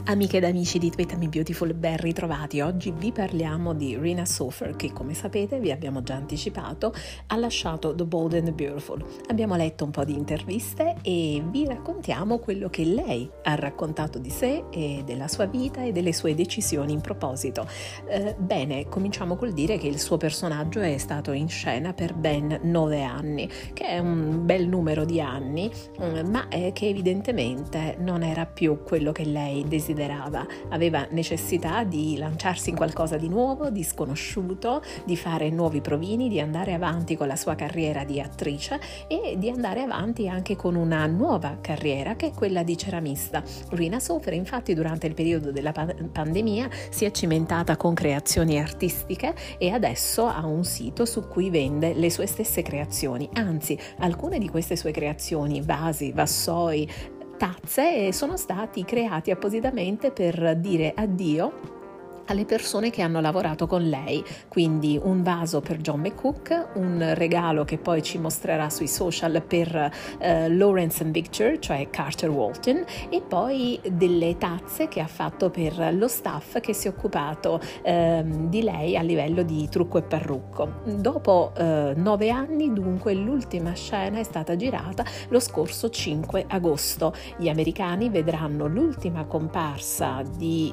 Amiche ed amici di Tweet Me Beautiful, ben ritrovati. Oggi vi parliamo di Rina Sofer che, come sapete, vi abbiamo già anticipato, ha lasciato The Bold and the Beautiful. Abbiamo letto un po' di interviste e vi raccontiamo quello che lei ha raccontato di sé e della sua vita e delle sue decisioni in proposito. Bene, cominciamo col dire che il suo personaggio è stato in scena per ben 9 anni, che è un bel numero di anni, ma che evidentemente non era più quello che lei desiderava. Aveva necessità di lanciarsi in qualcosa di nuovo, di sconosciuto, di fare nuovi provini, di andare avanti con la sua carriera di attrice e di andare avanti anche con una nuova carriera che è quella di ceramista. Rina Sofer, infatti, durante il periodo della pandemia si è cimentata con creazioni artistiche e adesso ha un sito su cui vende le sue stesse creazioni. Anzi, alcune di queste sue creazioni, vasi, vassoi, tazze, sono stati creati appositamente per dire addio alle persone che hanno lavorato con lei, quindi un vaso per John McCook, un regalo che poi ci mostrerà sui social per Lawrence and Victor, cioè Carter Walton, e poi delle tazze che ha fatto per lo staff che si è occupato di lei a livello di trucco e parrucco. Dopo 9 anni, dunque, l'ultima scena è stata girata lo scorso 5 agosto. Gli americani vedranno l'ultima comparsa di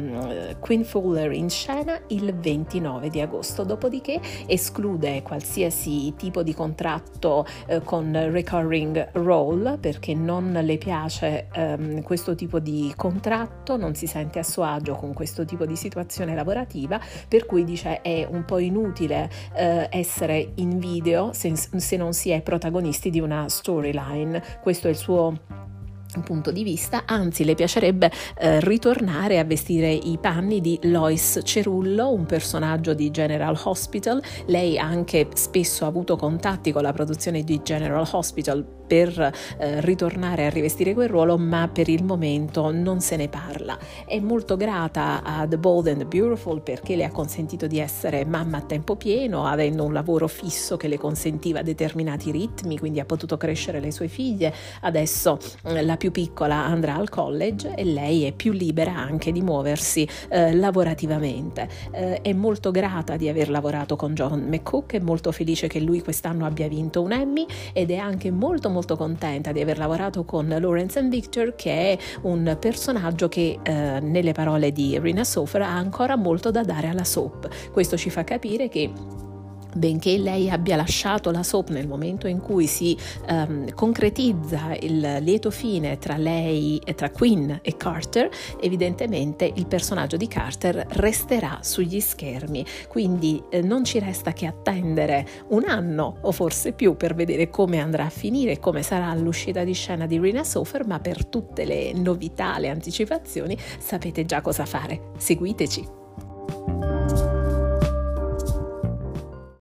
Queen in scena il 29 di agosto, dopodiché esclude qualsiasi tipo di contratto con recurring role, perché non le piace questo tipo di contratto, non si sente a suo agio con questo tipo di situazione lavorativa, per cui dice è un po' inutile essere in video se non si è protagonisti di una storyline. Questo è il suo punto di vista, anzi le piacerebbe ritornare a vestire i panni di Lois Cerullo, un personaggio di General Hospital. Lei anche spesso ha avuto contatti con la produzione di General Hospital per ritornare a rivestire quel ruolo, ma per il momento non se ne parla. È molto grata a The Bold and the Beautiful perché le ha consentito di essere mamma a tempo pieno, avendo un lavoro fisso che le consentiva determinati ritmi, quindi ha potuto crescere le sue figlie. Adesso la più piccola andrà al college e lei è più libera anche di muoversi lavorativamente. È molto grata di aver lavorato con John McCook, è molto felice che lui quest'anno abbia vinto un Emmy ed è anche molto contenta di aver lavorato con Lawrence and Victor, che è un personaggio che nelle parole di Rina Sofer ha ancora molto da dare alla soap. Questo ci fa capire che benché lei abbia lasciato la soap nel momento in cui si concretizza il lieto fine tra lei e tra Queen e Carter, evidentemente il personaggio di Carter resterà sugli schermi, quindi non ci resta che attendere un anno o forse più per vedere come andrà a finire, come sarà l'uscita di scena di Rina Sofer, ma per tutte le novità, le anticipazioni sapete già cosa fare. Seguiteci!